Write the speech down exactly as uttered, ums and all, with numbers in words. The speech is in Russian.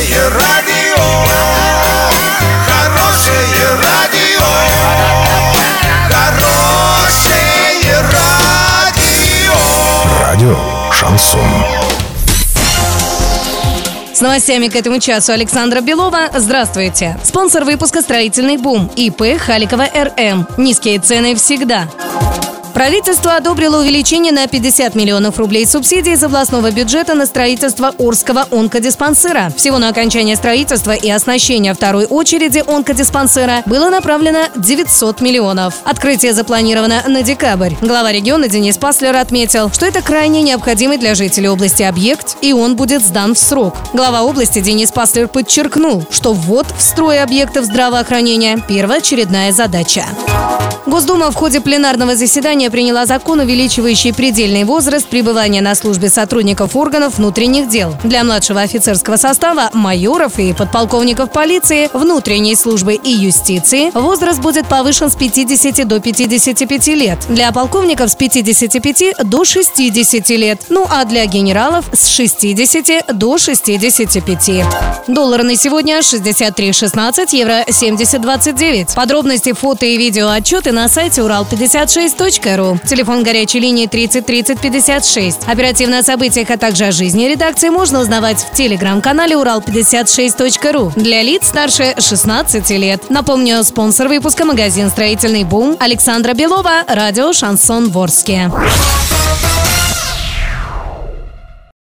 Хорошее радио, хорошее радио, хорошее радио. Радио Шансон. С новостями к этому часу Александра Белова. Здравствуйте. Спонсор выпуска «Строительный бум» ИП Халикова РМ. Низкие цены всегда. Правительство одобрило увеличение на пятьдесят миллионов рублей субсидий из областного бюджета на строительство Орского онкодиспансера. Всего на окончание строительства и оснащение второй очереди онкодиспансера было направлено девятьсот миллионов. Открытие запланировано на декабрь. Глава региона Денис Паслер отметил, что это крайне необходимый для жителей области объект, и он будет сдан в срок. Глава области Денис Паслер подчеркнул, что ввод в строй объектов здравоохранения – первоочередная задача. Госдума в ходе пленарного заседания приняла закон, увеличивающий предельный возраст пребывания на службе сотрудников органов внутренних дел. Для младшего офицерского состава, майоров и подполковников полиции, внутренней службы и юстиции возраст будет повышен с пятидесяти до пятидесяти пяти лет. Для полковников с пятидесяти пяти до шестидесяти лет. Ну а для генералов с шестидесяти до шестидесяти пяти. Доллар на сегодня шестьдесят три шестнадцать, евро семьдесят двадцать девять. Подробности, фото и видео отчеты на сайте урал пятьдесят шесть точка ру. Телефон горячей линии тридцать тридцать пятьдесят шесть. Оперативно о событиях, а также о жизни редакции можно узнавать в телеграм-канале урал пятьдесят шесть точка ру для лиц старше шестнадцати лет. Напомню, спонсор выпуска — магазин «Строительный бум». Александра Белова, радио «Шансон Ворске».